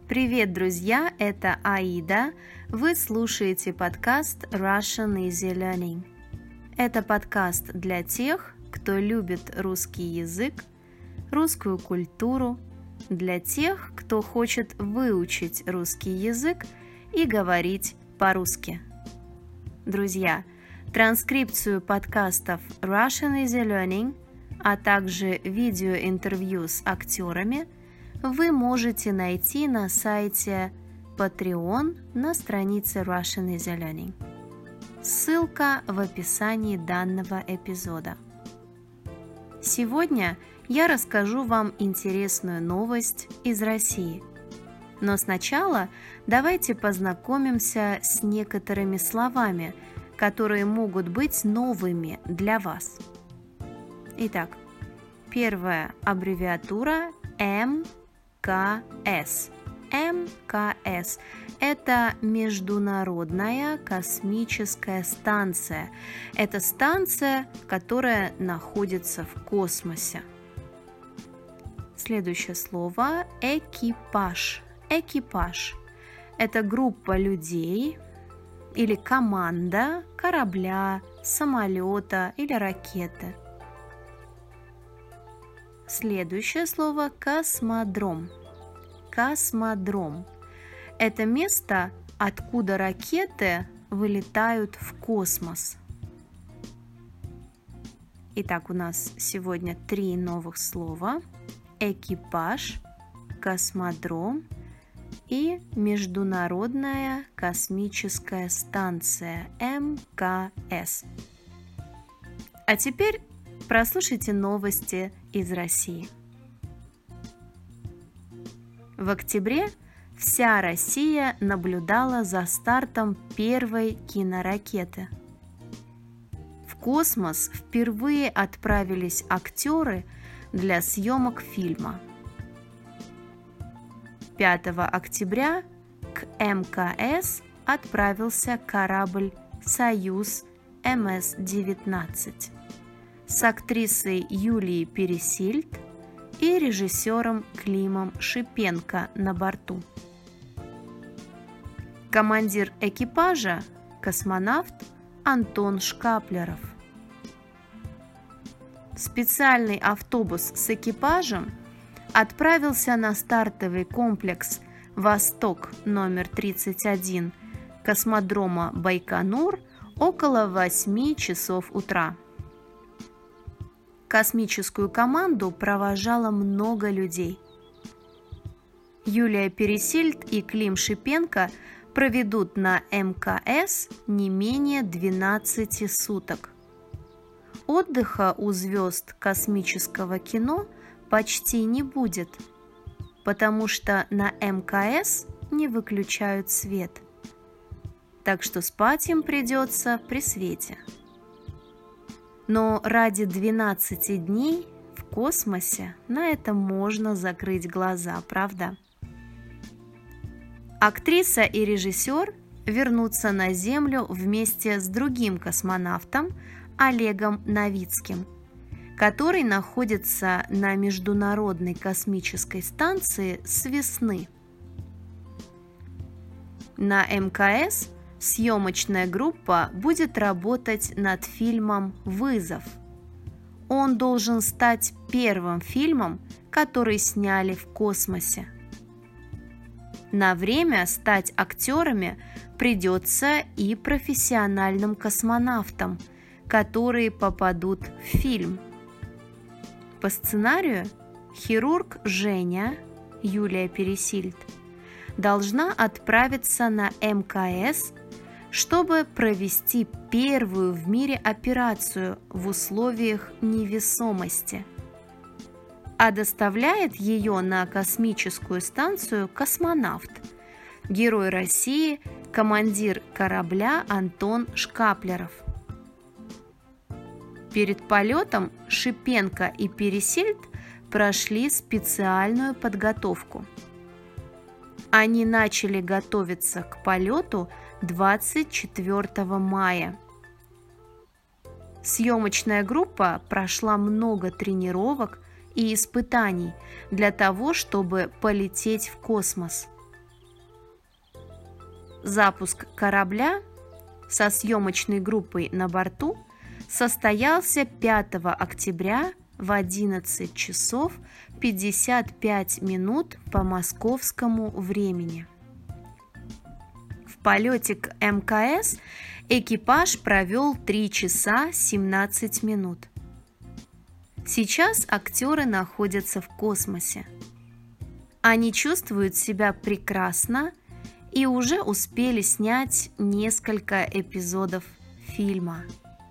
Привет, друзья! Это Аида. Вы слушаете подкаст Russian Easy Learning. Это подкаст для тех, кто любит русский язык, русскую культуру, для тех, кто хочет выучить русский язык и говорить по-русски. Друзья, транскрипцию подкастов Russian Easy Learning, а также видеоинтервью с актерами вы можете найти на сайте Patreon на странице Russian Easy Learning. Ссылка в описании данного эпизода. Сегодня я расскажу вам интересную новость из России. Но сначала давайте познакомимся с некоторыми словами, которые могут быть новыми для вас. Итак, первая аббревиатура МКС. МКС – это Международная космическая станция. Это станция, которая находится в космосе. Следующее слово – экипаж. Экипаж – это группа людей или команда корабля, самолета или ракеты. Следующее слово – космодром. Космодром – это место, откуда ракеты вылетают в космос. Итак, у нас сегодня 3 новых слова: экипаж, космодром и Международная космическая станция МКС. А теперь прослушайте новости из России. В октябре вся Россия наблюдала за стартом первой киноракеты. В космос впервые отправились актеры для съемок фильма. 5 октября к МКС отправился корабль «Союз МС-19» с актрисой Юлией Пересильд и режиссером Климом Шипенко на борту. Командир экипажа – космонавт Антон Шкаплеров. Специальный автобус с экипажем отправился на стартовый комплекс «Восток» номер 31 космодрома Байконур около 8 часов утра. Космическую команду провожало много людей. Юлия Пересильд и Клим Шипенко проведут на МКС не менее 12 суток. Отдыха у звезд космического кино почти не будет, потому что на МКС не выключают свет. Так что спать им придется при свете. Но ради 12 дней в космосе на это можно закрыть глаза, правда? Актриса и режиссер вернутся на Землю вместе с другим космонавтом Олегом Новицким, который находится на Международной космической станции с весны. На МКС съемочная группа будет работать над фильмом «Вызов». Он должен стать первым фильмом, который сняли в космосе. На время стать актерами придется и профессиональным космонавтам, которые попадут в фильм. По сценарию хирург Женя, Юлия Пересильд, должна отправиться на МКС, чтобы провести первую в мире операцию в условиях невесомости. А доставляет ее на космическую станцию космонавт, герой России, командир корабля Антон Шкаплеров. Перед полетом Шипенко и Пересильд прошли специальную подготовку. Они начали готовиться к полету 24 мая. Съемочная группа прошла много тренировок и испытаний для того, чтобы полететь в космос. Запуск корабля со съемочной группой на борту состоялся 5 октября в 11 часов 55 минут по московскому времени. В полете к МКС экипаж провел 3 часа 17 минут. Сейчас актеры находятся в космосе. Они чувствуют себя прекрасно и уже успели снять несколько эпизодов фильма.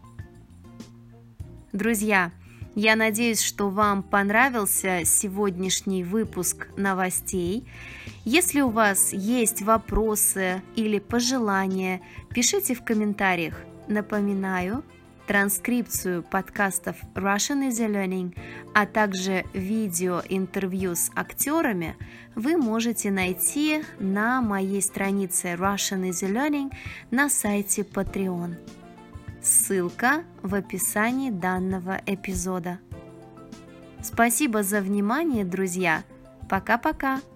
Друзья, я надеюсь, что вам понравился сегодняшний выпуск новостей. Если у вас есть вопросы или пожелания, пишите в комментариях. Напоминаю, транскрипцию подкастов Russian Easy Learning, а также видео-интервью с актерами вы можете найти на моей странице Russian Easy Learning на сайте Patreon. Ссылка в описании данного эпизода. Спасибо за внимание, друзья. Пока-пока.